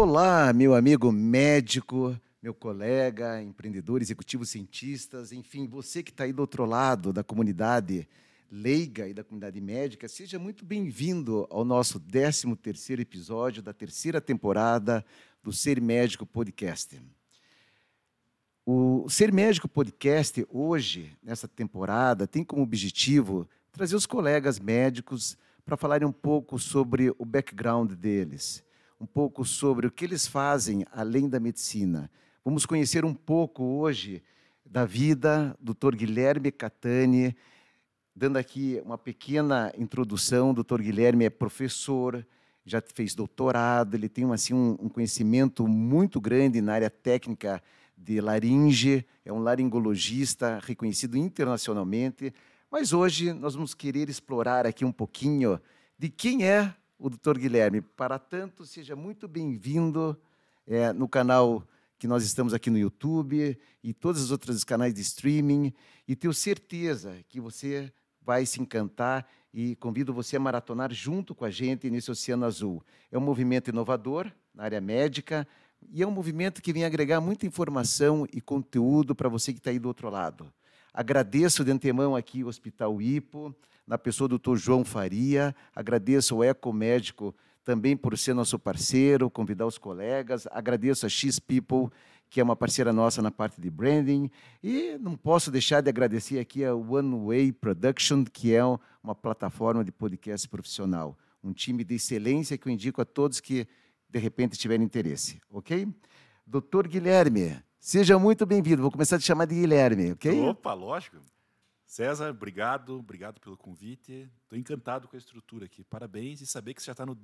Olá, meu amigo médico, meu colega, empreendedor, executivo, cientistas, enfim, você que está aí do outro lado da comunidade leiga e da comunidade médica, seja muito bem-vindo ao nosso 13º episódio da terceira temporada do Ser Médico Podcast. O Ser Médico Podcast, hoje, nessa temporada, tem como objetivo trazer os colegas médicos para falarem um pouco sobre o background deles, um pouco sobre o que eles fazem além da medicina. Vamos conhecer um pouco hoje da vida do Dr. Guilherme Catani, dando aqui uma pequena introdução. O Dr. Guilherme é professor, já fez doutorado, ele tem assim, um conhecimento muito grande na área técnica de laringe, é um laringologista reconhecido internacionalmente, mas hoje nós vamos querer explorar aqui um pouquinho de quem é o Dr. Guilherme. Para tanto, seja muito bem-vindo no canal que nós estamos aqui no YouTube e todos os outros canais de streaming, e tenho certeza que você vai se encantar e convido você a maratonar junto com a gente nesse Oceano Azul. É um movimento inovador na área médica e é um movimento que vem agregar muita informação e conteúdo para você que está aí do outro lado. Agradeço de antemão aqui o Hospital Hipo, na pessoa do Dr. João Faria, agradeço ao Ecomédico também por ser nosso parceiro, convidar os colegas, agradeço a X-People, que é uma parceira nossa na parte de branding, e não posso deixar de agradecer aqui a One Way Production, que é uma plataforma de podcast profissional, um time de excelência que eu indico a todos que, de repente, tiverem interesse, ok? Doutor Guilherme, seja muito bem-vindo, vou começar a te chamar de Guilherme, ok? Opa, lógico. César, obrigado pelo convite. Estou encantado com a estrutura aqui. Parabéns e saber que você já está no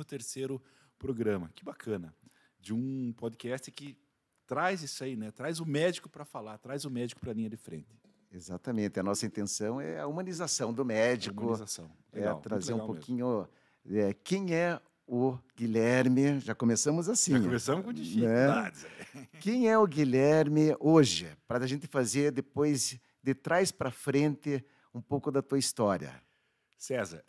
13º programa. Que bacana. De um podcast que traz isso aí, né? Traz o médico para falar, traz o médico para a linha de frente. Exatamente. A nossa intenção é a humanização do médico. Humanização. Legal, Trazer legal um pouquinho quem é o Guilherme. Já começamos assim. Já começamos com dificuldades. Né? Quem é o Guilherme hoje? Para a gente fazer depois, de trás para frente, um pouco da tua história. César,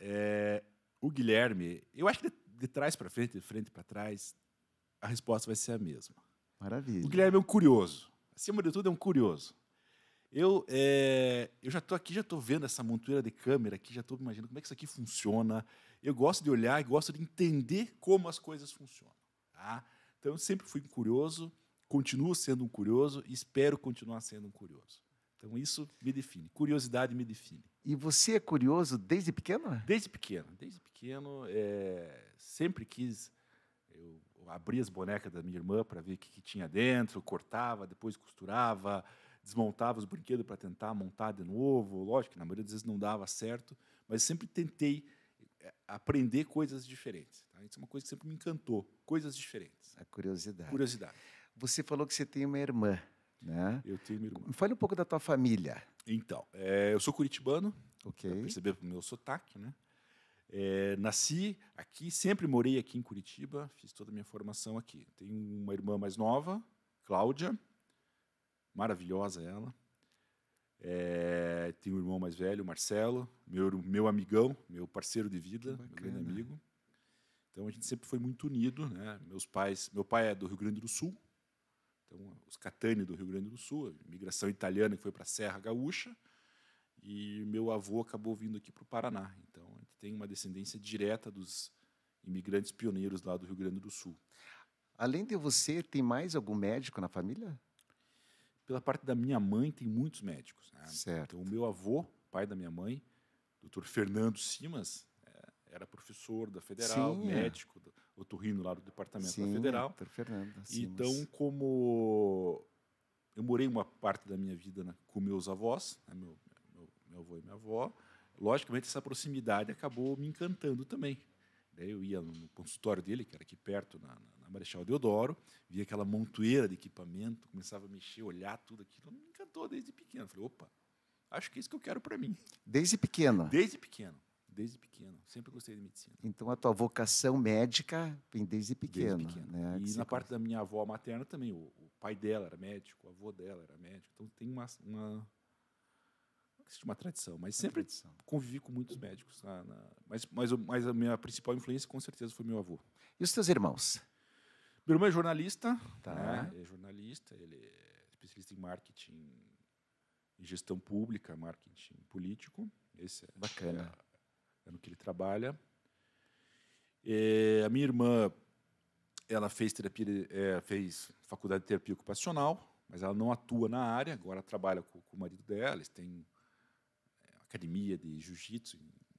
o Guilherme, eu acho que de trás para frente, de frente para trás, a resposta vai ser a mesma. Maravilha. O Guilherme é um curioso. Acima de tudo, é um curioso. Eu já estou aqui, já estou vendo essa montoeira de câmera aqui, já estou imaginando como é que isso aqui funciona. Eu gosto de olhar e gosto de entender como as coisas funcionam. Tá? Então, eu sempre fui um curioso, continuo sendo um curioso e espero continuar sendo um curioso. Então, isso me define. Curiosidade me define. E você é curioso desde pequeno? Desde pequeno. Desde pequeno, sempre quis... Eu abria as bonecas da minha irmã para ver o que tinha dentro, cortava, depois costurava, desmontava os brinquedos para tentar montar de novo. Lógico que na maioria das vezes não dava certo, mas sempre tentei aprender coisas diferentes. Tá? Isso é uma coisa que sempre me encantou, coisas diferentes. A curiosidade. Curiosidade. Você falou que você tem uma irmã, né? Eu tenho uma irmã. Fale um pouco da tua família. Então, eu sou curitibano, ok. para perceber pelo meu sotaque, né? Nasci aqui, sempre morei aqui em Curitiba, fiz toda a minha formação aqui. Tenho uma irmã mais nova, Cláudia, maravilhosa ela. Tenho um irmão mais velho, Marcelo, meu amigão, meu parceiro de vida, meu grande amigo. Então a gente sempre foi muito unido, né? Meu pai é do Rio Grande do Sul, então os Catani do Rio Grande do Sul, a imigração italiana que foi para a Serra Gaúcha. E meu avô acabou vindo aqui para o Paraná. Então, a gente tem uma descendência direta dos imigrantes pioneiros lá do Rio Grande do Sul. Além de você, tem mais algum médico na família? Pela parte da minha mãe, tem muitos médicos. Né? Certo. Então, o meu avô, pai da minha mãe, Dr. Fernando Simas, era professor da Federal, Sim, médico, otorrino lá do Departamento da Sim, Federal. Dr. Fernando Simas. Então, como eu morei uma parte da minha vida, né, com meus avós, né, meu avô e minha avó, logicamente essa proximidade acabou me encantando também. Daí eu ia no consultório dele, que era aqui perto, na Marechal Deodoro, via aquela montoeira de equipamento, começava a mexer, olhar tudo aquilo, me encantou desde pequeno. Falei, opa, acho que é isso que eu quero para mim. Desde pequeno? Desde pequeno, sempre gostei de medicina. Então a tua vocação médica vem desde pequeno. Desde pequeno. Né? E na parte da minha avó materna também, o pai dela era médico, o avô dela era médico, então tem uma existe uma tradição, mas sempre convivi com muitos médicos. Mas a minha principal influência, com certeza, foi meu avô. E os teus irmãos? Meu irmão é jornalista, Tá. né? É jornalista, ele é especialista em marketing, em gestão pública, marketing político. Esse Bacana. é no que ele trabalha. A minha irmã, ela fez fez faculdade de terapia ocupacional, mas ela não atua na área. Agora ela trabalha com o marido dela. Eles têm academia de jiu-jitsu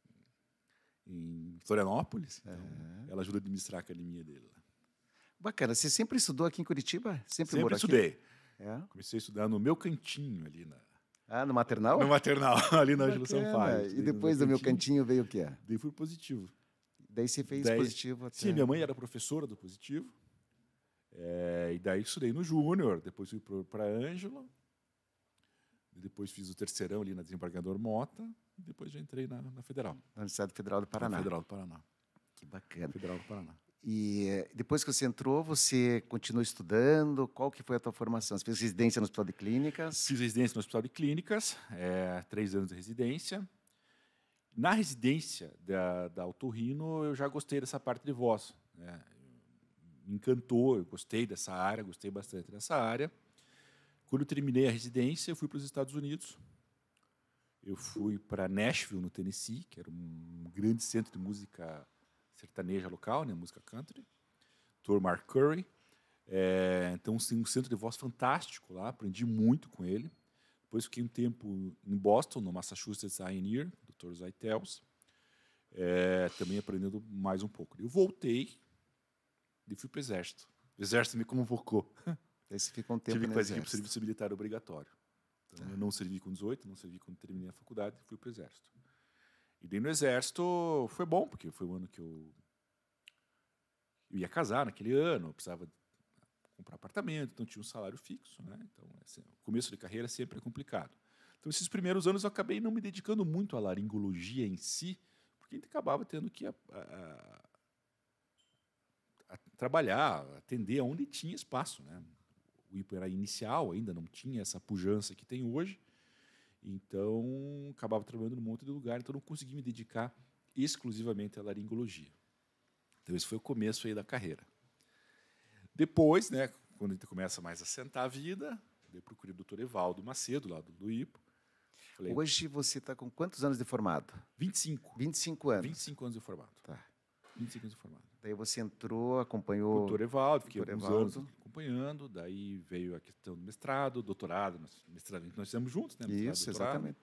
em Florianópolis. Então, ela ajuda a administrar a academia dele lá. Bacana. Você sempre estudou aqui em Curitiba? Sempre morou aqui? Estudei. É? Comecei a estudar no meu cantinho ali No maternal? no maternal, ali na Ângelo Bacana. Sampaio. E depois do meu cantinho veio o quê? Daí fui positivo. Daí você fez Daí- positivo até... Sim, minha mãe era professora do positivo. E daí estudei no Júnior, depois fui para Ângelo. Depois fiz o terceirão ali na Desembargador Mota. E depois já entrei na Federal. Na Universidade Federal do Paraná. Na Federal do Paraná. Que bacana. Federal do Paraná. E depois que você entrou, você continuou estudando? Qual que foi a tua formação? Você fez residência no Hospital de Clínicas? Fiz residência no Hospital de Clínicas, 3 anos de residência. Na residência da Otorrino, eu já gostei dessa parte de voz, né? Me encantou, eu gostei dessa área, gostei bastante dessa área. Quando eu terminei a residência, eu fui para os Estados Unidos. Eu fui para Nashville, no Tennessee, que era um grande centro de música sertaneja local, né, música country. Dr. Mark Curry. Então, sim, um centro de voz fantástico lá, aprendi muito com ele. Depois fiquei um tempo em Boston, no Massachusetts A&E, Dr. Zaitels, também aprendendo mais um pouco. Eu voltei e fui para o Exército. O Exército me convocou. Daí você ficou um tempo Tive no que fazer Exército. serviço militar obrigatório. Então, eu não servi com 18, não servi quando terminei a faculdade, fui para o Exército. E daí no Exército foi bom, porque foi um ano que eu ia casar naquele ano, eu precisava comprar apartamento, então tinha um salário fixo, né? Então, assim, o começo de carreira sempre é complicado. Então, esses primeiros anos eu acabei não me dedicando muito à laringologia em si, porque a gente acabava tendo que a trabalhar, atender onde tinha espaço, né? O IPO era inicial, ainda não tinha essa pujança que tem hoje, então acabava trabalhando num monte de lugar, então não consegui me dedicar exclusivamente à laringologia. Então esse foi o começo aí da carreira. Depois, né, quando a gente começa mais a sentar a vida, eu procurei o Dr. Evaldo Macedo, lá do IPO. Falei, Hoje você está com quantos anos de formado? 25. 25 anos. 25 anos de formado. Tá. 25 anos de formado. Daí você entrou, acompanhou... Doutor Evaldo, fiquei Dr. alguns Evaldo. anos acompanhando, daí veio a questão do mestrado, doutorado, mestrado nós fizemos juntos, né? Mestrado, Isso, doutorado. exatamente.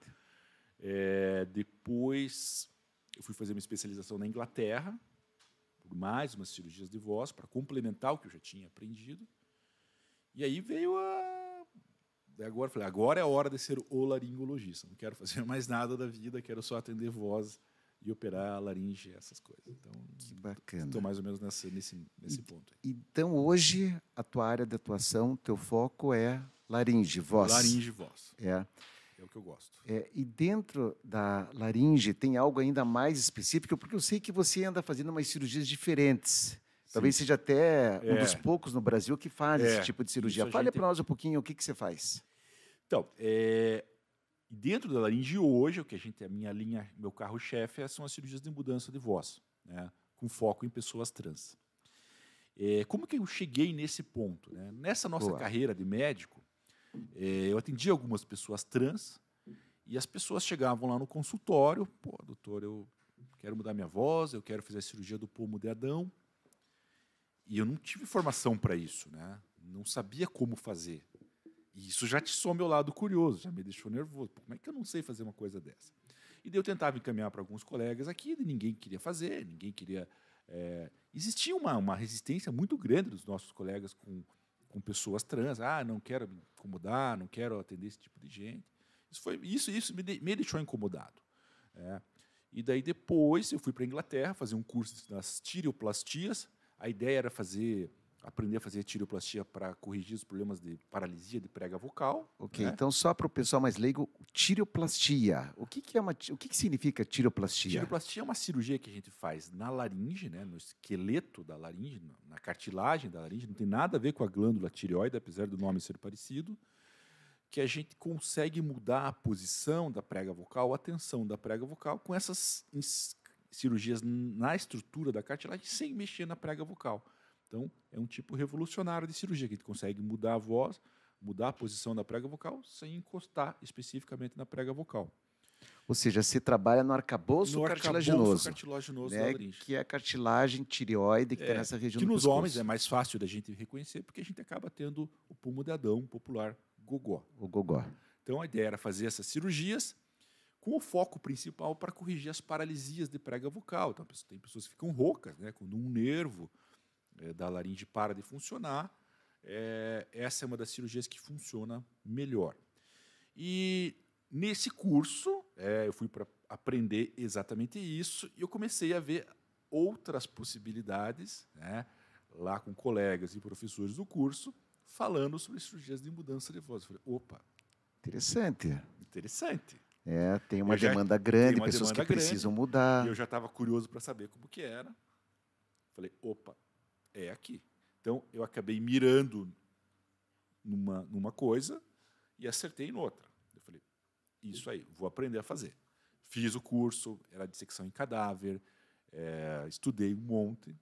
Depois eu fui fazer uma especialização na Inglaterra, por mais umas cirurgias de voz, para complementar o que eu já tinha aprendido. E aí veio daí agora eu falei, agora é a hora de ser o laringologista, não quero fazer mais nada da vida, quero só atender voz e operar a laringe, essas coisas. Então, Que bacana. estou mais ou menos nesse ponto aí. Então, hoje, a tua área de atuação, teu foco é laringe, voz. Laringe e voz. É. É o que eu gosto. E dentro da laringe tem algo ainda mais específico, porque eu sei que você anda fazendo umas cirurgias diferentes. Talvez seja até um dos poucos no Brasil que faz esse tipo de cirurgia. Fale para nós um pouquinho o que você faz. Então, dentro da laringe hoje, o que a minha linha, meu carro-chefe são as cirurgias de mudança de voz, né, com foco em pessoas trans. Como que eu cheguei nesse ponto, né? Nessa nossa carreira de médico, eu atendi algumas pessoas trans e as pessoas chegavam lá no consultório, pô, doutor, eu quero mudar minha voz, eu quero fazer a cirurgia do pomo de Adão. E eu não tive formação para isso, né? Não sabia como fazer. E isso já atiçou meu lado curioso, já me deixou nervoso. Pô, como é que eu não sei fazer uma coisa dessa? E daí eu tentava encaminhar para alguns colegas aqui, e ninguém queria fazer, ninguém queria... Existia uma resistência muito grande dos nossos colegas com pessoas trans. Não quero me incomodar, não quero atender esse tipo de gente. Isso me deixou incomodado. E daí depois eu fui para a Inglaterra fazer um curso das tireoplastias. A ideia era aprender a fazer tireoplastia para corrigir os problemas de paralisia de prega vocal. Ok, né? então só para o pessoal mais leigo, tireoplastia. O que significa tireoplastia? Tireoplastia é uma cirurgia que a gente faz na laringe, né, no esqueleto da laringe, na cartilagem da laringe, não tem nada a ver com a glândula tireoide, apesar do nome ser parecido, que a gente consegue mudar a posição da prega vocal, a tensão da prega vocal, com essas cirurgias na estrutura da cartilagem, sem mexer na prega vocal. Então, é um tipo revolucionário de cirurgia, que a gente consegue mudar a voz, mudar a posição da prega vocal, sem encostar especificamente na prega vocal. Ou seja, se trabalha no arcabouço No cartilaginoso, arcabouço cartilaginoso da né? laringe. Que é a cartilagem tireoide que está nessa região que do nos pescoço. homens é mais fácil da gente reconhecer, porque a gente acaba tendo o pulmo de Adão, popular gogó. O gogó. Então, a ideia era fazer essas cirurgias com o foco principal para corrigir as paralisias de prega vocal. Então, tem pessoas que ficam roucas, né? Quando um nervo da laringe para de funcionar, essa é uma das cirurgias que funciona melhor. E nesse curso, eu fui para aprender exatamente isso e eu comecei a ver outras possibilidades, né, lá com colegas e professores do curso, falando sobre cirurgias de mudança de voz. Eu falei, opa, Interessante. interessante. Tem uma demanda grande, tem uma pessoas demanda que precisam mudar. E eu já estava curioso para saber como que era. Falei, opa, é aqui. Então, eu acabei mirando numa coisa e acertei em outra. Eu falei, isso aí, vou aprender a fazer. Fiz o curso, era dissecção em cadáver, estudei um monte,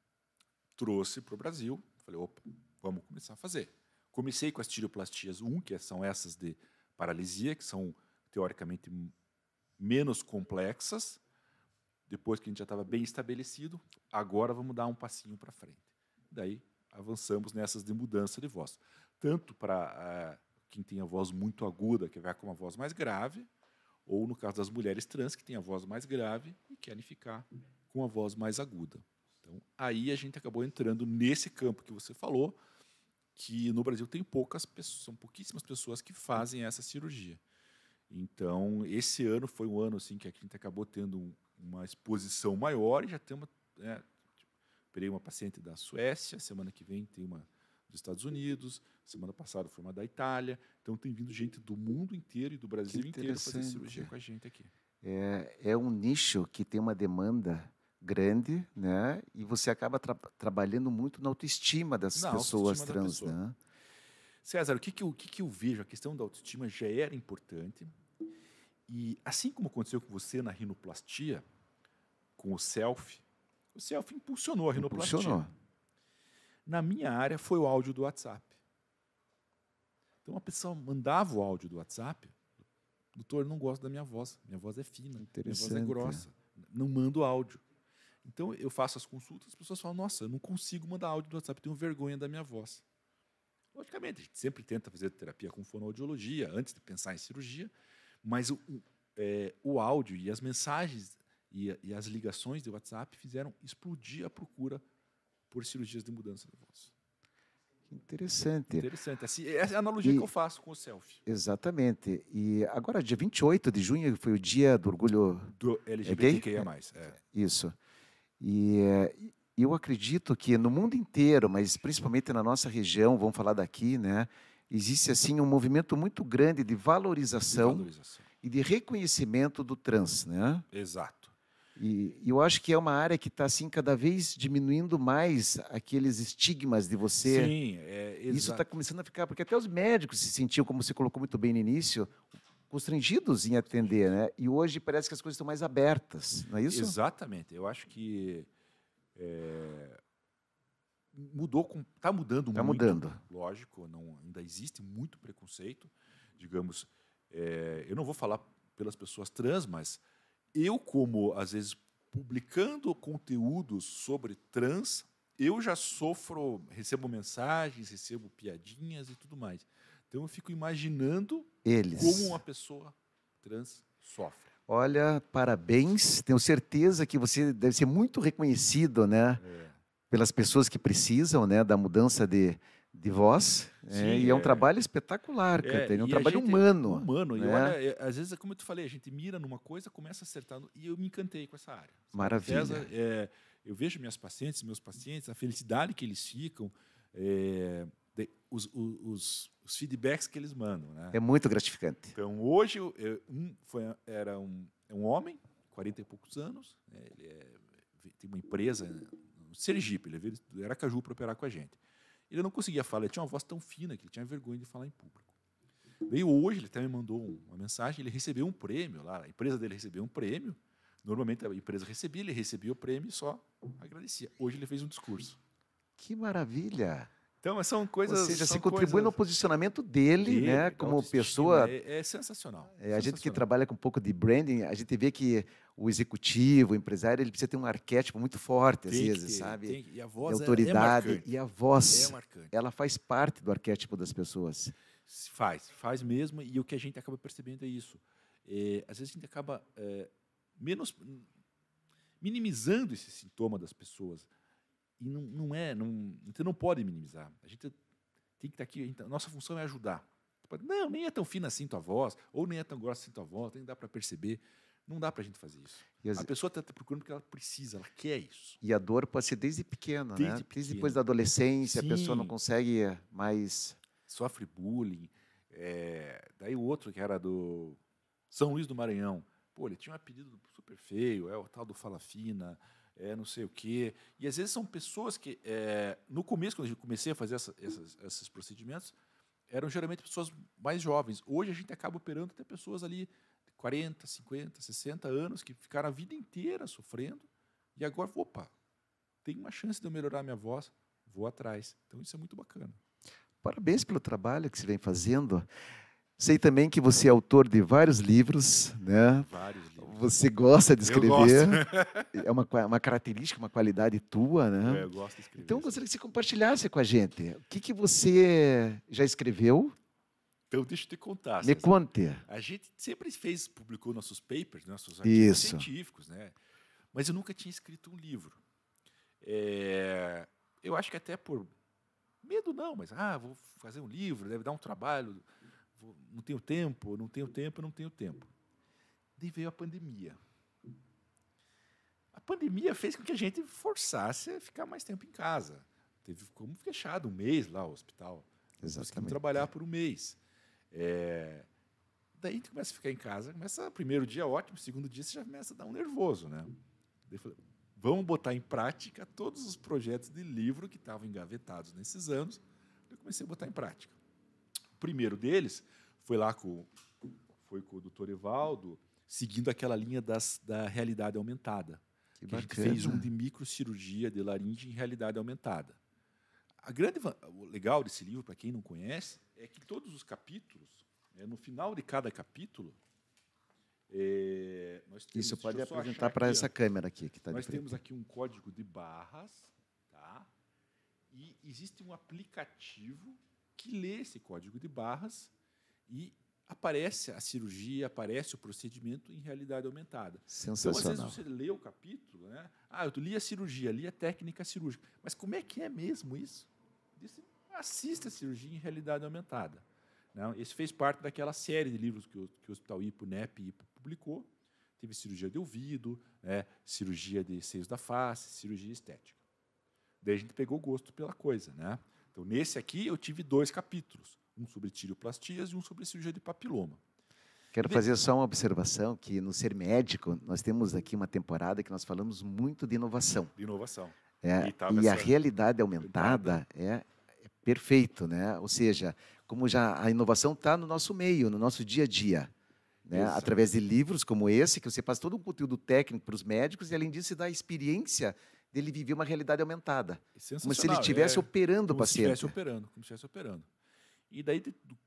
trouxe para o Brasil. Falei, opa, vamos começar a fazer. Comecei com as tireoplastias 1, que são essas de paralisia, que são teoricamente menos complexas. Depois que a gente já estava bem estabelecido, agora vamos dar um passinho para frente. Daí avançamos nessas de mudança de voz. Tanto para quem tem a voz muito aguda, que vai com uma voz mais grave, ou no caso das mulheres trans, que têm a voz mais grave e querem ficar com a voz mais aguda. Então, aí a gente acabou entrando nesse campo que você falou, que no Brasil tem são pouquíssimas pessoas que fazem essa cirurgia. Então, esse ano foi um ano assim que a gente acabou tendo uma exposição maior e já temos, operei uma paciente da Suécia, semana que vem tem uma dos Estados Unidos, semana passada foi uma da Itália, então tem vindo gente do mundo inteiro e do Brasil inteiro fazer cirurgia com a gente aqui. É um nicho que tem uma demanda grande, né? E você acaba trabalhando muito na autoestima dessas pessoas trans, né? César, o que eu vejo? A questão da autoestima já era importante. E assim como aconteceu com você na rinoplastia, com o selfie impulsionou a rinoplastia. Impulsionou. Na minha área foi o áudio do WhatsApp. Então a pessoa mandava o áudio do WhatsApp, doutor, eu não gosto da minha voz é fina, minha voz é grossa, não mando áudio. Então eu faço as consultas, as pessoas falam, nossa, eu não consigo mandar áudio do WhatsApp, tenho vergonha da minha voz. Logicamente, a gente sempre tenta fazer terapia com fonoaudiologia antes de pensar em cirurgia, mas o áudio e as mensagens e as ligações de WhatsApp fizeram explodir a procura por cirurgias de mudança de voz. Interessante. Interessante. Assim, essa é a analogia que eu faço com o selfie. Exatamente. E agora, dia 28 de junho, foi o dia do orgulho do LGBTQIA+. Isso. E eu acredito que no mundo inteiro, mas principalmente na nossa região, vamos falar daqui, né, existe assim um movimento muito grande de valorização e de reconhecimento do trans, né? Exato. E eu acho que é uma área que está assim cada vez diminuindo mais aqueles estigmas de você. Sim, exato. Isso está começando a ficar, porque até os médicos se sentiam, como você colocou muito bem no início, constrangidos em atender, né? E hoje parece que as coisas estão mais abertas, não é isso? Exatamente. Eu acho que está mudando muito. Está mudando. Lógico, ainda existe muito preconceito. Digamos, eu não vou falar pelas pessoas trans, mas eu, como, às vezes, publicando conteúdos sobre trans, eu já recebo mensagens, recebo piadinhas e tudo mais. Então, eu fico imaginando como uma pessoa trans sofre. Olha, parabéns. Tenho certeza que você deve ser muito reconhecido, né? Pelas pessoas que precisam, né, da mudança de voz. Sim, e é um trabalho espetacular, é um trabalho humano. Humano. Né? E olha, às vezes, como eu te falei, a gente mira numa coisa, começa a acertar, e eu me encantei com essa área. Maravilha. César, eu vejo meus pacientes, a felicidade que eles ficam, os feedbacks que eles mandam. Né? É muito gratificante. Então, hoje, era um homem, 40 e poucos anos, né? Ele tem uma empresa no Sergipe, ele veio de Aracaju para operar com a gente. Ele não conseguia falar, ele tinha uma voz tão fina que ele tinha vergonha de falar em público. Veio hoje, ele até me mandou uma mensagem, ele recebeu um prêmio lá, a empresa dele recebeu um prêmio, normalmente a empresa recebia, ele recebia o prêmio e só agradecia. Hoje ele fez um discurso. Que maravilha! Então, são Ou coisas... seja, você são contribui no coisas posicionamento dele, né, da como autoestima. pessoa. É sensacional. A gente que Sensacional. trabalha com um pouco de branding, a gente vê que o executivo, o empresário, ele precisa ter um arquétipo muito forte, às Tem que vezes, ter. sabe? E a De voz é autoridade. marcante. E a É voz, marcante. ela faz parte do arquétipo das pessoas. Faz mesmo. E o que a gente acaba percebendo é isso. Às vezes a gente acaba minimizando esse sintoma das pessoas. E você não pode minimizar. A gente tem que estar aqui. Nossa função é ajudar. Não, nem é tão fina assim tua voz, ou nem é tão grossa assim tua voz, nem dá para perceber. Não dá para a gente fazer isso. A pessoa está procurando porque ela precisa, ela quer isso. E a dor pode ser desde pequena, Desde né? pequeno. Desde depois da adolescência, Sim. a pessoa não consegue mais... Sofre bullying. Daí o outro, que era do São Luís do Maranhão, pô, ele tinha um apelido super feio, o tal do Fala Fina, não sei o quê. E às vezes são pessoas que, no começo, quando eu comecei a fazer esses procedimentos, eram geralmente pessoas mais jovens. Hoje a gente acaba operando até pessoas ali de 40, 50, 60 anos que ficaram a vida inteira sofrendo e agora, opa, tem uma chance de eu melhorar minha voz, vou atrás. Então isso é muito bacana. Parabéns pelo trabalho que você vem fazendo. Sei também que você é autor de vários livros, né? Vários livros. Você gosta de escrever. Eu gosto. É uma característica, uma qualidade tua, né? Eu gosto de escrever. Então, eu gostaria que você compartilhasse com a gente. O que você já escreveu? Então, deixa eu te contar. Me César. conte. A gente sempre publicou nossos papers, nossos artigos científicos, né? Mas eu nunca tinha escrito um livro. Eu acho que até por medo não, mas vou fazer um livro, deve dar um trabalho, não tenho tempo. Daí veio a pandemia. A pandemia fez com que a gente forçasse a ficar mais tempo em casa. Teve como fechado um mês lá o hospital. Conseguimos trabalhar por um mês. Daí a gente começa a ficar em casa, primeiro dia ótimo, segundo dia você já começa a dar um nervoso, né? Daí eu falei, vamos botar em prática todos os projetos de livro que estavam engavetados nesses anos. Eu comecei a botar em prática. O primeiro deles foi com o Dr. Evaldo, seguindo aquela linha da realidade aumentada. Que a gente fez um de microcirurgia de laringe em realidade aumentada. O legal desse livro, para quem não conhece, é que todos os capítulos, no final de cada capítulo, nós temos... Isso pode apresentar para essa câmera aqui. Que tá nós temos aqui um código de barras, tá? E existe um aplicativo que lê esse código de barras e aparece a cirurgia, aparece o procedimento em realidade aumentada. Sensacional. Então, às vezes, você lê o capítulo, né? Eu li a cirurgia, li a técnica cirúrgica. Mas como é que é mesmo isso? Assista a cirurgia em realidade aumentada. Não, esse fez parte daquela série de livros que o Hospital NEP publicou. Teve cirurgia de ouvido, cirurgia de seios da face, cirurgia estética. Daí a gente pegou gosto pela coisa, né? Então, nesse aqui, eu tive 2 capítulos. Um sobre tireoplastias e um sobre cirurgia de papiloma. Quero fazer só uma observação, que no Ser Médico, nós temos aqui uma temporada que nós falamos muito de inovação. De inovação. E a realidade aumentada é perfeito, né? Ou seja, como já a inovação está no nosso meio, no nosso dia a dia. Né? Através de livros como esse, que você passa todo um conteúdo técnico para os médicos e, além disso, dá a experiência dele viver uma realidade aumentada. Como se ele estivesse operando o paciente. Como se estivesse operando. E daí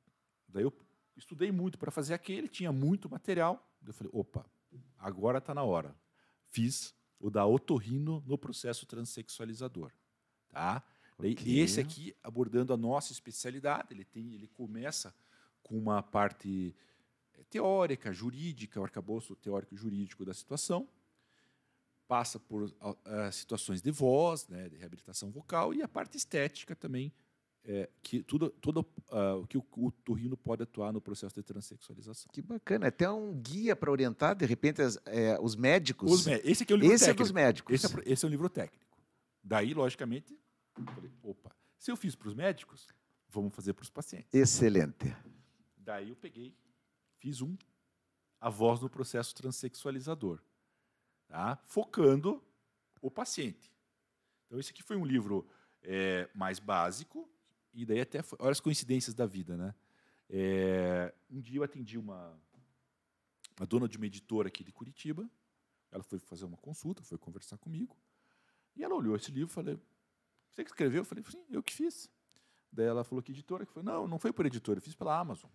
eu estudei muito para fazer aquele, tinha muito material. Eu falei, opa, agora está na hora. Fiz o da otorrino no processo transexualizador. Tá? E esse aqui, abordando a nossa especialidade, ele começa com uma parte teórica, jurídica, o arcabouço teórico-jurídico da situação, passa por situações de voz, né, de reabilitação vocal, e a parte estética também, que tudo o que o otorrino pode atuar no processo de transexualização. Que bacana, até um guia para orientar, de repente, os médicos. Esse aqui é o livro técnico. É dos médicos. Esse é o livro técnico. Daí, logicamente, eu falei, opa, se eu fiz para os médicos, vamos fazer para os pacientes. Excelente. Daí eu fiz a voz no processo transexualizador, tá? Focando o paciente. Então, esse aqui foi um livro mais básico, e daí até olha as coincidências da vida, né? Um dia eu atendi uma dona de uma editora aqui de Curitiba, ela foi fazer uma consulta, foi conversar comigo, e ela olhou esse livro e falou, Você que escreveu? Eu falei, sim, eu que fiz. Daí ela falou, que editora? Eu falei, não, não foi por editora, eu fiz pela Amazon.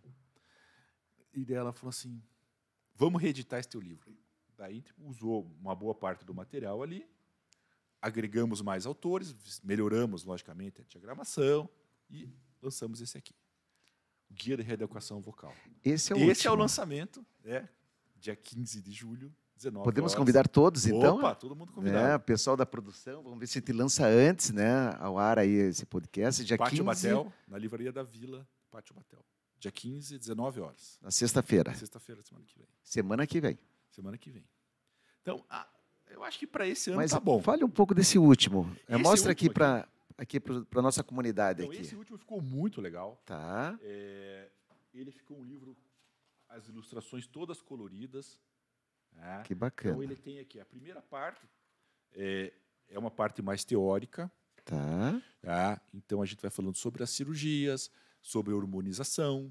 E daí ela falou assim, vamos reeditar esse teu livro. Daí tipo, usou uma boa parte do material ali, agregamos mais autores, melhoramos, logicamente, a diagramação e lançamos esse aqui. O Guia de Readequação Vocal. Esse é o Esse é o último. lançamento, dia 15 de julho, 19 Podemos horas. convidar todos, então? Opa, todo mundo Né, convidado. o pessoal da produção, vamos ver se te lança antes, né, ao ar aí esse podcast, dia Pátio 15, Batel, na Livraria da Vila, Pátio Batel. Dia 15, 19 horas. na sexta-feira, Sexta-feira, semana que vem. semana que vem. Semana que vem. Então, eu acho que para esse ano Mas tá bom. fale um pouco desse último. Esse Mostra aqui último para a nossa comunidade. Então, aqui. esse último ficou muito legal. Tá, Ele ficou um livro, as ilustrações todas coloridas. Né? que bacana. Então, ele tem aqui a primeira parte, é uma parte mais teórica. Tá, Tá? Então, a gente vai falando sobre as cirurgias, sobre a hormonização,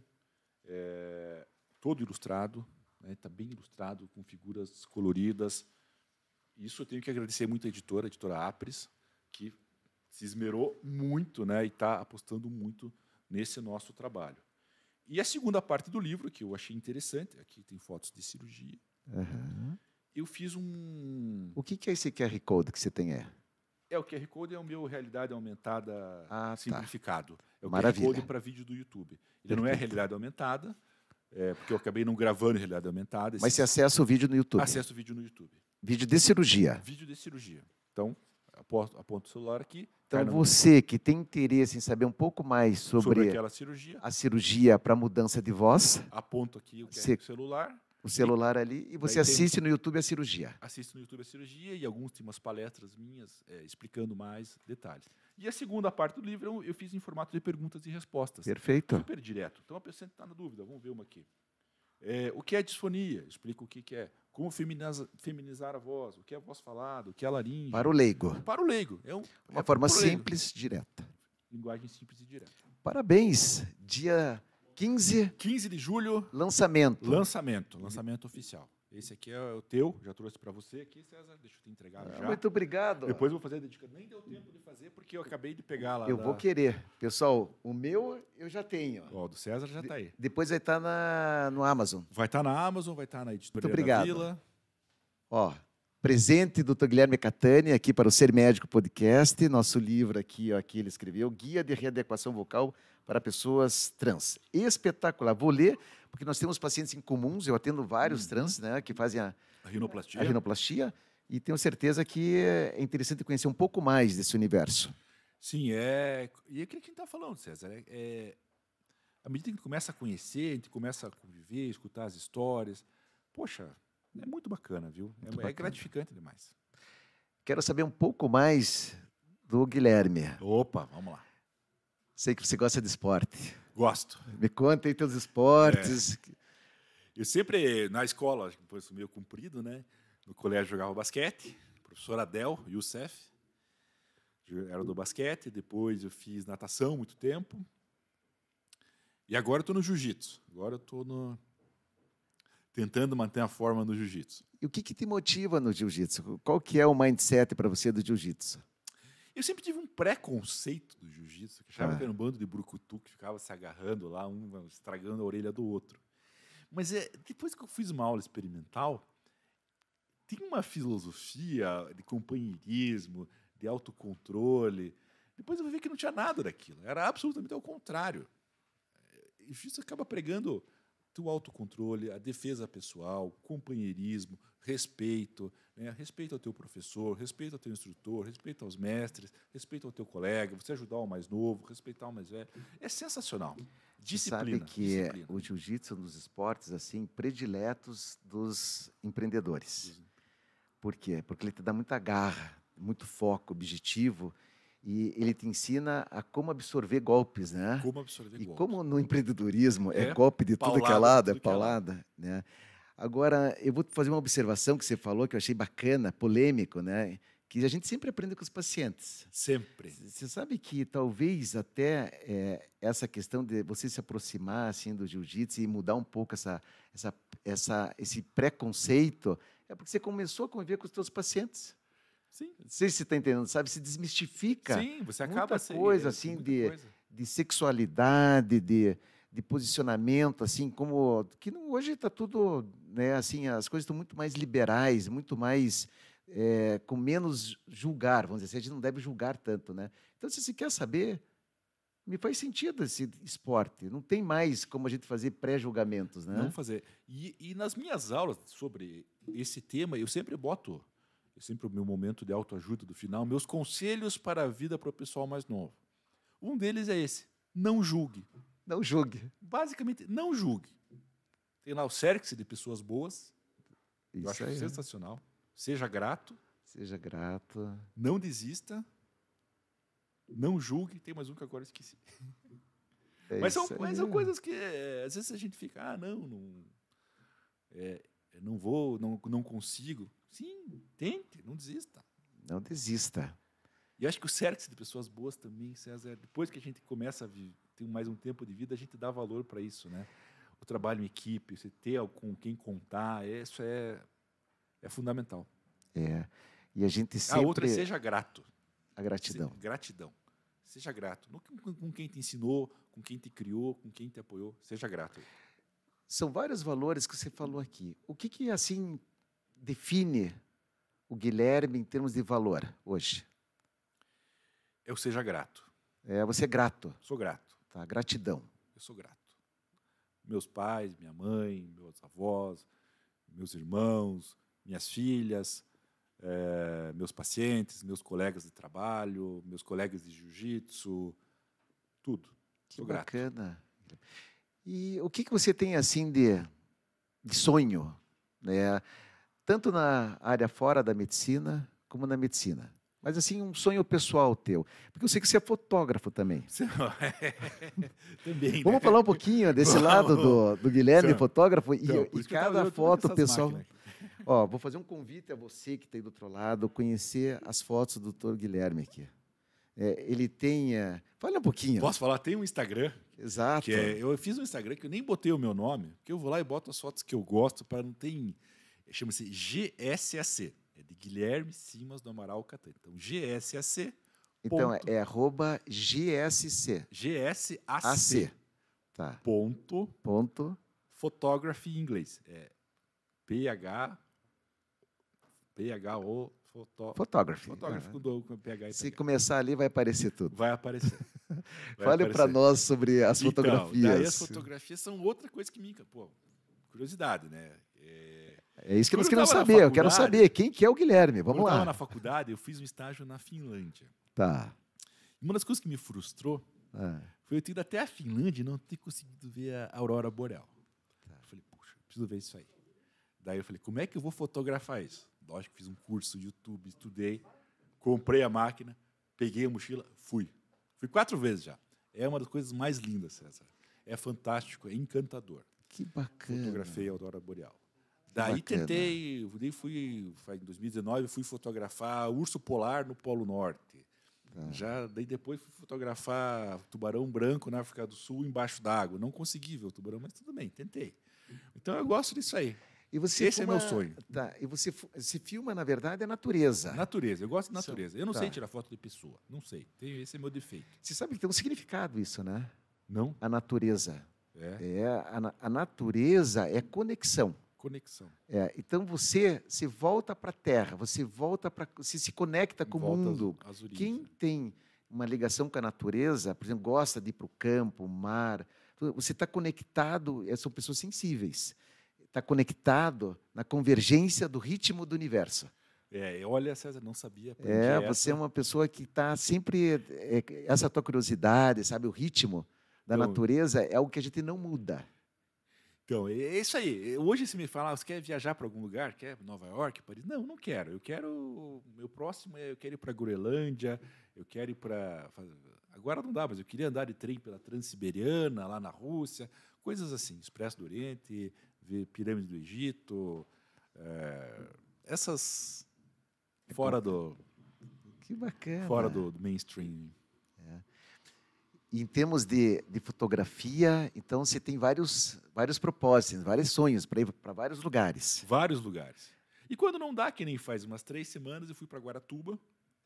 todo ilustrado, está bem ilustrado, com figuras coloridas. Isso eu tenho que agradecer muito à editora Apres, que se esmerou muito, né, e está apostando muito nesse nosso trabalho. E a segunda parte do livro, que eu achei interessante, aqui tem fotos de cirurgia, aham. eu fiz um... O que é esse QR Code que você tem aí? O QR Code é o meu realidade aumentada Tá. simplificado. É o Maravilha. QR Code para vídeo do YouTube. Ele não é Perfeito. realidade aumentada, porque eu acabei não gravando em realidade aumentada. Mas você acessa o vídeo no YouTube. Acesso o vídeo no YouTube. Vídeo de cirurgia. Vídeo de cirurgia. Então, aponto o celular aqui. Então, cai no- você que tem interesse em saber um pouco mais sobre sobre aquela cirurgia, a cirurgia para mudança de voz, aponto aqui o Você- celular, o celular ali, e você Daí tem- assiste no YouTube a cirurgia. assisto no YouTube a cirurgia e alguns tem umas palestras minhas explicando mais detalhes. E a segunda parte do livro eu fiz em formato de perguntas e respostas. Perfeito. Super direto. Então a pessoa está na dúvida, vamos ver uma aqui. O que é disfonia? Explico o que é. Como feminizar a voz, o que é voz falada, o que é laringe. Para o leigo. Para o leigo. Uma forma pro leigo. simples, direta. Linguagem simples e direta. Parabéns. Dia 15, 15 de julho, lançamento. lançamento oficial. Esse aqui é o teu, já trouxe para você aqui, César, deixa eu te entregar já. Muito obrigado. Depois eu vou fazer a dedicação. Nem deu tempo de fazer, porque eu acabei de pegar lá. Eu vou querer. Pessoal, o meu eu já tenho. Ó, o do César já está aí. Depois vai estar no Amazon. Vai estar na Amazon, vai estar na editora Muito obrigado. da Vila. Ó, presente do Dr. Guilherme Catani aqui para o Ser Médico Podcast, nosso livro aqui, ó, que ele escreveu, Guia de Readequação Vocal para Pessoas Trans. Espetacular. Vou ler, porque nós temos pacientes incomuns, eu atendo vários trans, né, que fazem A rinoplastia. a rinoplastia, e tenho certeza que é interessante conhecer um pouco mais desse universo. Sim, e é aquilo que a gente está falando, César. À medida que a gente começa a conhecer, a gente começa a conviver, escutar as histórias. Poxa, é muito bacana, viu? Muito É bacana. gratificante demais. Quero saber um pouco mais do Guilherme. Opa, vamos lá. Sei que você gosta de esporte. Gosto. Me conta aí teus esportes. Eu sempre, na escola, depois meio comprido, né? No colégio jogava basquete, professor Adel, Youssef, era do basquete. Depois eu fiz natação muito tempo. E agora eu estou no jiu-jitsu. Agora eu estou tentando manter a forma no jiu-jitsu. E o que te motiva no jiu-jitsu? Qual que é o mindset para você do jiu-jitsu? Eu sempre tive um preconceito do jiu-jitsu, que achava Ah. que era um bando de brucutu que ficava se agarrando lá, um estragando a orelha do outro. Mas depois que eu fiz uma aula experimental, tem uma filosofia de companheirismo, de autocontrole. Depois eu vi que não tinha nada daquilo. Era absolutamente ao contrário. E o jiu-jitsu acaba pregando o autocontrole, a defesa pessoal, companheirismo, respeito, né? Respeito ao teu professor, respeito ao teu instrutor, respeito aos mestres, respeito ao teu colega, você ajudar o mais novo, respeitar o mais velho. É sensacional. Disciplina. Sabe que disciplina. o jiu-jitsu é um dos esportes assim prediletos dos empreendedores. Por quê? Porque ele te dá muita garra, muito foco, objetivo, e ele te ensina a como absorver golpes, né? Como absorver E golpes. como no empreendedorismo é É, golpe de tudo que é paulada lado, de é tudo que é lado. paulada, né? Agora, eu vou fazer uma observação que você falou que eu achei bacana, polêmico, né? Que a gente sempre aprende com os pacientes. Sempre. Você sabe que talvez até essa questão de você se aproximar assim do jiu-jitsu e mudar um pouco esse preconceito é porque você começou a conviver com os seus pacientes. Sim. Não sei se você está entendendo, sabe? Se desmistifica Sim, você acaba muita coisa, assim, de sexualidade, de posicionamento, assim, como... Que não, hoje está tudo, né, assim, as coisas estão muito mais liberais, muito mais... com menos julgar, vamos dizer assim, a gente não deve julgar tanto, né? Então, se você quer saber, me faz sentido esse esporte. Não tem mais como a gente fazer pré-julgamentos, Não né? fazer. E nas minhas aulas sobre esse tema, eu sempre o meu momento de autoajuda do final, meus conselhos para a vida para o pessoal mais novo. Um deles é esse: não julgue. Não julgue. Basicamente, não julgue. Tem lá o Cerque-se de pessoas boas, eu Isso acho aí. sensacional. Seja grato, Seja grato. não desista, não julgue. Tem mais um que agora eu esqueci. É Mas isso são aí. coisas que às vezes a gente fica, não vou, não consigo. Sim, tente, não desista. Não desista. E acho que o Cerque-se de pessoas boas também, César, depois que a gente começa a ter mais um tempo de vida, a gente dá valor para isso, né? O trabalho em equipe, você ter com quem contar, isso é fundamental. E a gente A sempre... outra é seja grato. A gratidão. Gratidão. Seja grato. Não com quem te ensinou, com quem te criou, com quem te apoiou. Seja grato. São vários valores que você falou aqui. O que assim, define o Guilherme em termos de valor hoje? Eu seja grato. Você é grato. Sou grato. Tá? Gratidão. Eu sou grato. Meus pais, minha mãe, meus avós, meus irmãos, minhas filhas, meus pacientes, meus colegas de trabalho, meus colegas de jiu-jitsu, tudo. Que Sou grato. bacana. E o que você tem assim de sonho, né? Tanto na área fora da medicina como na medicina? Mas assim, um sonho pessoal teu. Porque eu sei que você é fotógrafo também. Também, Vamos falar um pouquinho desse lado do Guilherme, fotógrafo, e cada foto pessoal. Ó, vou fazer um convite a você que está aí do outro lado, conhecer as fotos do Dr. Guilherme aqui. Ele tem... Fala um pouquinho. Posso falar? Tem um Instagram. Exato. Eu fiz um Instagram que eu nem botei o meu nome, porque eu vou lá e boto as fotos que eu gosto, para não ter... Chama-se GSAC. É de Guilherme Simas do Amaral Catani. Então, GSAC. Então, é @GSC. GSAC. Tá. Ponto. Photography em inglês. PHO. Photography. Com PH e Se começar ali, vai aparecer tudo. Vai aparecer. Fale para nós sobre as fotografias. Daí as fotografias são outra coisa que me... Pô, curiosidade, né? É isso que nós queremos saber. Eu quero saber quem que é o Guilherme. Vamos lá. Quando eu estava na faculdade, eu fiz um estágio na Finlândia. Tá. Uma das coisas que me frustrou foi eu ter ido até a Finlândia e não ter conseguido ver a aurora boreal. Tá. Eu falei, puxa, preciso ver isso aí. Daí eu falei, como é que eu vou fotografar isso? Lógico que fiz um curso no YouTube, estudei, comprei a máquina, peguei a mochila, fui. Fui 4 vezes já. É uma das coisas mais lindas, César. É fantástico, é encantador. Que bacana. Fotografei a aurora boreal. Daí tentei, em 2019, fui fotografar urso polar no Polo Norte. Daí depois fui fotografar tubarão branco na África do Sul embaixo d'água. Não consegui ver o tubarão, mas tudo bem, tentei. Então eu gosto disso aí. Esse é meu sonho. Tá. E você filma, na verdade, a natureza. Natureza, eu gosto de natureza. Eu não sei tirar foto de pessoa, não sei. Esse é meu defeito. Você sabe que tem um significado isso, né? Não? A natureza. A natureza é conexão. Então você se volta para a terra, você se conecta com o mundo. Quem tem uma ligação com a natureza, por exemplo, gosta de ir para o campo, mar, você está conectado, são pessoas sensíveis, está conectado na convergência do ritmo do universo. Olha, César, não sabia. Você é uma pessoa que está sempre, essa tua curiosidade, sabe, o ritmo da natureza é algo que a gente não muda. Então, é isso aí. Hoje, se me falar, você quer viajar para algum lugar? Quer Nova York, Paris? Não, não quero. Eu quero... Meu próximo eu quero ir para a Groenlândia, eu quero ir para... Agora não dá, mas eu queria andar de trem pela Transiberiana, lá na Rússia, coisas assim, Expresso do Oriente, ver Pirâmide do Egito, essas fora do... Que bacana. Fora do mainstream. Em termos de fotografia, então você tem vários propósitos, vários sonhos para ir para vários lugares. Vários lugares. E quando não dá, que nem faz umas 3 semanas, eu fui para Guaratuba,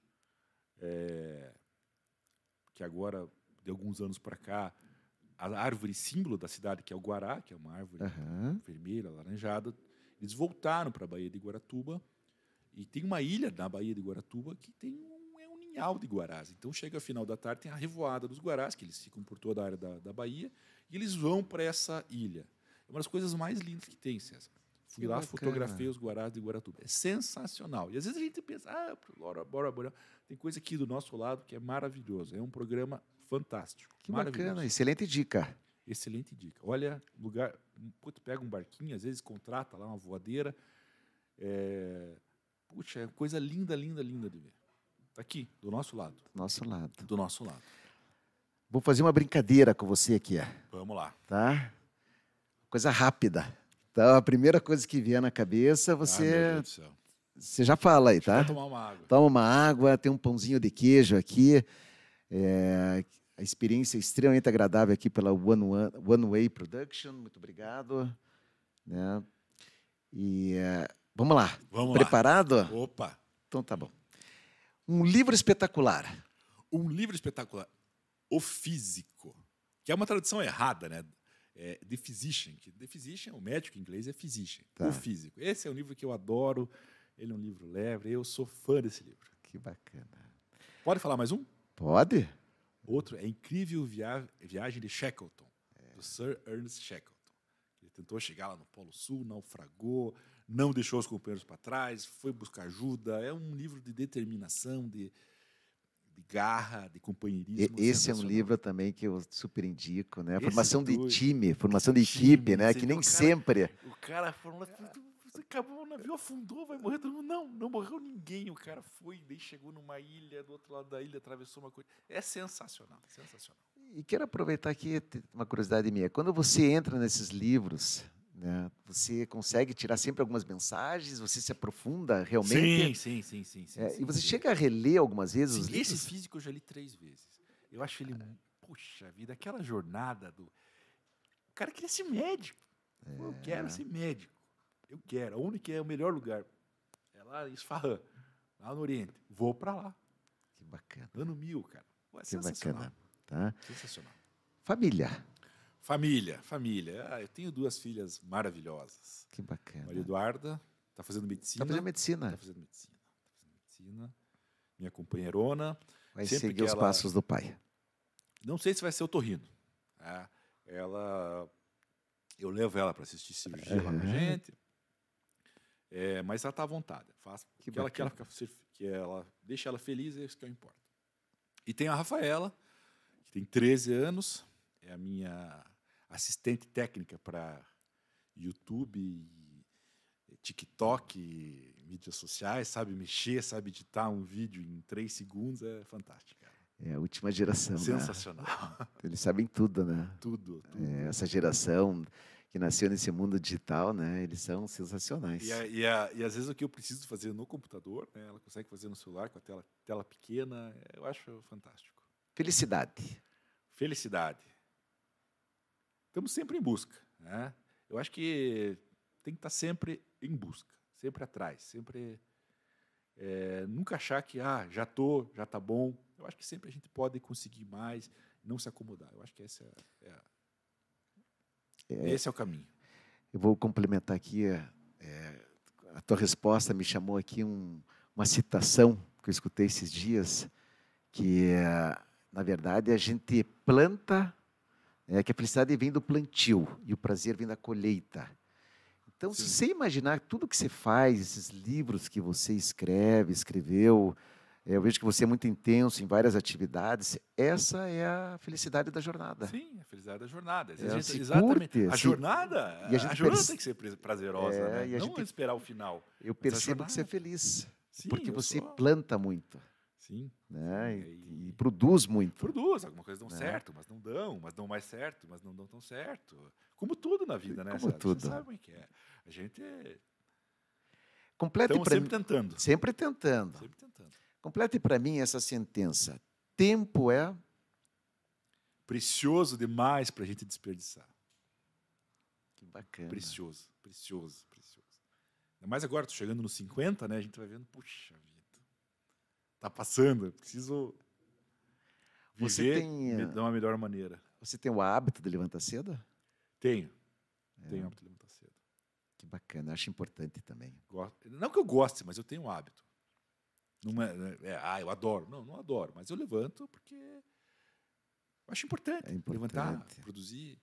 que agora, de alguns anos para cá, a árvore símbolo da cidade, que é o guará, que é uma árvore vermelha, alaranjada, eles voltaram para a Baía de Guaratuba, e tem uma ilha na Baía de Guaratuba que tem um ninhal de guarás. Então, chega ao final da tarde, tem a revoada dos guarás, que eles ficam por toda a área da Baía, e eles vão para essa ilha. É uma das coisas mais lindas que tem, César. Fui lá, fotografei os guarás de Guaratuba. É sensacional. E às vezes a gente pensa, bora. Tem coisa aqui do nosso lado que é maravilhoso. É um programa fantástico. Que bacana, excelente dica. Excelente dica. Olha, lugar, pega um barquinho, às vezes contrata lá uma voadeira. Puxa, é coisa linda de ver. Está aqui, do nosso lado. Do nosso lado. lado. Vou fazer uma brincadeira com você aqui. Vamos lá. Tá? Coisa rápida. Então, a primeira coisa que vier na cabeça, você já fala aí, tá? Vou tomar uma água. Toma uma água, tem um pãozinho de queijo aqui. A experiência é extremamente agradável aqui pela One Way Production. Muito obrigado. Né? E vamos lá. Preparado? Opa! Então tá bom. Um livro espetacular. Um livro espetacular. O Físico. Que é uma tradução errada, né? The Physician. The Physician, o médico em inglês, é Physician. Tá. O Físico. Esse é um livro que eu adoro. Ele é um livro leve. Eu sou fã desse livro. Que bacana. Pode falar mais um? Pode. Outro é Incrível Viagem de Shackleton, do Sir Ernest Shackleton. Ele tentou chegar lá no Polo Sul, naufragou, não deixou os companheiros para trás, foi buscar ajuda. É um livro de determinação, de garra, de companheirismo. Esse é um livro também que eu super indico, né? Formação de time, formação de equipe, né? Que nem sempre. O cara falou, acabou, o navio afundou, vai morrer todo mundo. Não morreu ninguém. O cara foi, daí chegou numa ilha, do outro lado da ilha, atravessou uma coisa. É sensacional, sensacional. E quero aproveitar aqui uma curiosidade minha. Quando você entra nesses livros, né, você consegue tirar sempre algumas mensagens, você se aprofunda realmente? Sim. E você chega a reler algumas vezes os livros? Esse Físico eu já li 3 vezes. Eu acho ele, puxa vida, aquela jornada do... O cara queria ser médico. Eu quero ser médico. Eu quero. Onde que é o melhor lugar? É lá em Isfahan, lá no Oriente. Vou para lá. Que bacana. Ano 1000, cara. Pô, que bacana. Tá? Sensacional. Família. Eu tenho 2 filhas maravilhosas. Que bacana. Maria Eduarda está fazendo medicina. Está fazendo medicina. Minha companheirona. Vai seguir os passos do pai. Não sei se vai ser otorrino. Eu levo ela para assistir cirurgia lá com a gente. Mas ela está à vontade. Faz que ela deixa ela feliz, é isso que importa. E tem a Rafaela, que tem 13 anos, é a minha assistente técnica para YouTube, TikTok, mídias sociais, sabe mexer, sabe editar um vídeo em 3 segundos, é fantástico. É a última geração. Sensacional. Né? Eles sabem tudo, né? Tudo. Essa geração que nasceu nesse mundo digital, né? Eles são sensacionais. E às vezes o que eu preciso fazer no computador, né? Ela consegue fazer no celular com a tela pequena. Eu acho fantástico. Felicidade. Estamos sempre em busca, né? Eu acho que tem que estar sempre em busca, sempre atrás, sempre nunca achar que já está bom. Eu acho que sempre a gente pode conseguir mais, não se acomodar. Eu acho que esse é o caminho. Eu vou complementar aqui. A tua resposta me chamou aqui uma citação que eu escutei esses dias, que, na verdade, a gente planta, que a felicidade vem do plantio e o prazer vem da colheita. Então, se você imaginar tudo que você faz, esses livros que você escreveu, eu vejo que você é muito intenso em várias atividades. Essa é a felicidade da jornada. Sim, a felicidade da jornada. Exatamente. A jornada tem que ser prazerosa, né? Não esperar o final. Eu percebo que você é feliz, Sim, porque você planta muito. Sim. Né? E produz muito. Produz. Algumas coisas dão certo, mas não dão. Mas dão mais certo, mas não dão tão certo. Como tudo na vida, né? Como tudo. Você sabe como é que é. A gente Estamos sempre tentando. Sempre tentando. Complete para mim essa sentença. Tempo é precioso demais para a gente desperdiçar. Que bacana. Precioso. Ainda mais agora, estou chegando nos 50, né? A gente vai vendo, puxa vida, tá passando, eu preciso viver de uma melhor maneira. Você tem o hábito de levantar cedo? Tenho o hábito de levantar cedo. Que bacana, eu acho importante também. Não que eu goste, mas eu tenho um hábito. Não eu adoro. Não adoro, mas eu levanto porque eu acho importante. Levantar, produzir.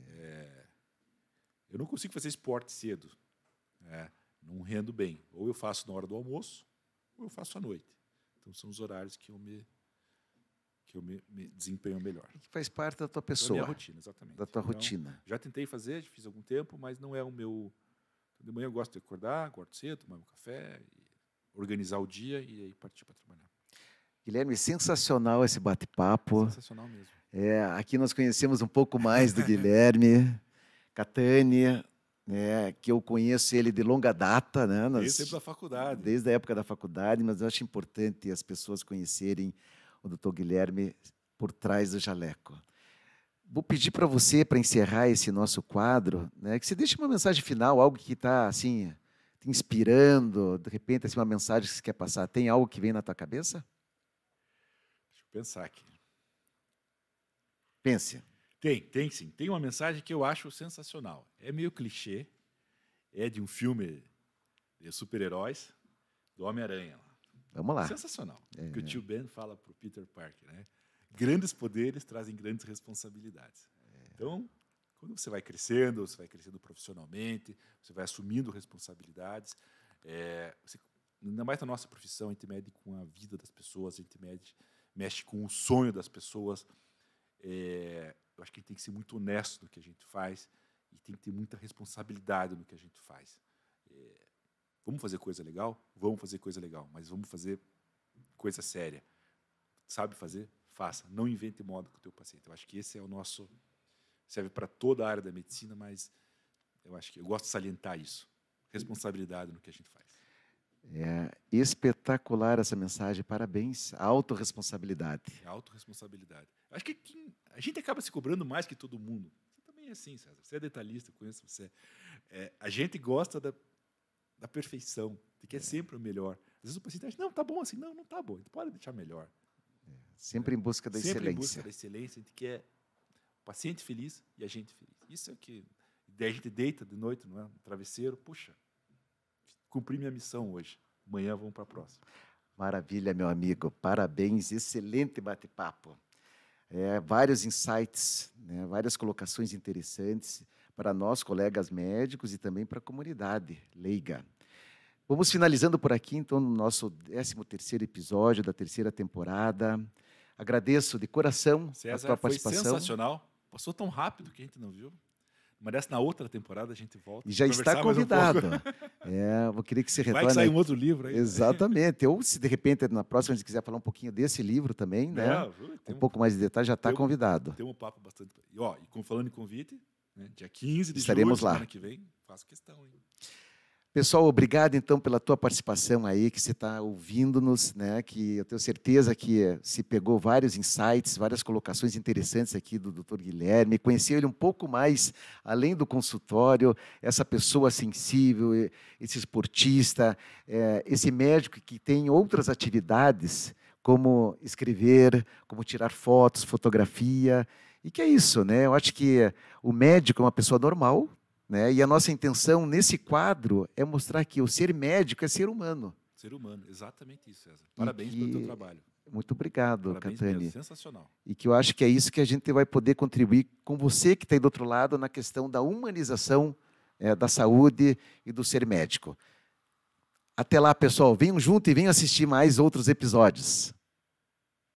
Eu não consigo fazer esporte cedo. Não rendo bem. Ou eu faço na hora do almoço, ou eu faço à noite. Então, são os horários que eu me desempenho melhor. Que faz parte da tua pessoa. Da minha rotina, exatamente. Da tua rotina. Já tentei fazer, fiz algum tempo, mas não é o meu... De manhã eu gosto de acordar, acordo cedo, tomar meu café, organizar o dia e aí partir para trabalhar. Guilherme, sensacional esse bate-papo. Sensacional mesmo. Aqui nós conhecemos um pouco mais do Guilherme Catani, que eu conheço ele de longa data. Né? Desde a faculdade. Desde a época da faculdade, mas eu acho importante as pessoas conhecerem o doutor Guilherme por trás do jaleco. Vou pedir para você, para encerrar esse nosso quadro, que você deixe uma mensagem final, algo que está assim, te inspirando, de repente assim, uma mensagem que você quer passar. Tem algo que vem na tua cabeça? Deixa eu pensar aqui. Pense. Tem sim. Tem uma mensagem que eu acho sensacional. É meio clichê, é de um filme de super-heróis, do Homem-Aranha. Vamos lá. Sensacional. Que o tio Ben fala para o Peter Parker, né? Grandes poderes trazem grandes responsabilidades. Então, quando você vai crescendo profissionalmente, você vai assumindo responsabilidades, ainda mais na nossa profissão, a gente mede com a vida das pessoas, a gente mexe com o sonho das pessoas. Eu acho que a gente tem que ser muito honesto no que a gente faz e tem que ter muita responsabilidade no que a gente faz. Vamos fazer coisa legal? Vamos fazer coisa legal, mas vamos fazer coisa séria. Sabe fazer? Faça. Não invente moda com o teu paciente. Eu acho que esse é o nosso... Serve para toda a área da medicina, mas eu acho que eu gosto de salientar isso. Responsabilidade no que a gente faz. Espetacular essa mensagem. Parabéns. Autorresponsabilidade. Autorresponsabilidade. Acho que a gente acaba se cobrando mais que todo mundo. Você também é assim, César. Você é detalhista, eu conheço você. A gente gosta da perfeição, de que é sempre o melhor. Às vezes o paciente acha, não, tá bom assim. Não tá bom. A gente pode deixar melhor. Sempre em busca da excelência. Sempre em busca da excelência. A gente quer o paciente feliz e a gente feliz. Isso é o que... Daí a gente deita de noite no travesseiro. Puxa, cumpri minha missão hoje. Amanhã vamos para a próxima. Maravilha, meu amigo. Parabéns. Excelente bate-papo. Vários insights, várias colocações interessantes para nós, colegas médicos, e também para a comunidade leiga. Vamos finalizando por aqui, então, no nosso 13º episódio da 3ª temporada. Agradeço de coração César, a tua participação. Foi sensacional. Passou tão rápido que a gente não viu. Mas na outra temporada a gente volta. E já está convidado. Vou querer que você retorne. Vai sair um outro livro aí. Exatamente. Ou, se de repente, na próxima, a gente quiser falar um pouquinho desse livro também, um pouco mais de detalhe, já está convidado. Tem um papo bastante... E falando em convite, dia 15 de Estaremos julho, lá. Semana que vem, faço questão. Hein? Pessoal, obrigado, então, pela tua participação aí, que você está ouvindo-nos, que eu tenho certeza que se pegou vários insights, várias colocações interessantes aqui do Dr. Guilherme, conheceu ele um pouco mais, além do consultório, essa pessoa sensível, esse esportista, esse médico que tem outras atividades, como escrever, como tirar fotos, fotografia, e que é isso, Eu acho que o médico é uma pessoa normal, e a nossa intenção nesse quadro é mostrar que o ser médico é ser humano. Ser humano, exatamente isso, César. Parabéns pelo teu trabalho. Muito obrigado, Catani. Sensacional. E que eu acho que é isso que a gente vai poder contribuir com você que está aí do outro lado na questão da humanização da saúde e do ser médico. Até lá, pessoal. Venham junto e venham assistir mais outros episódios.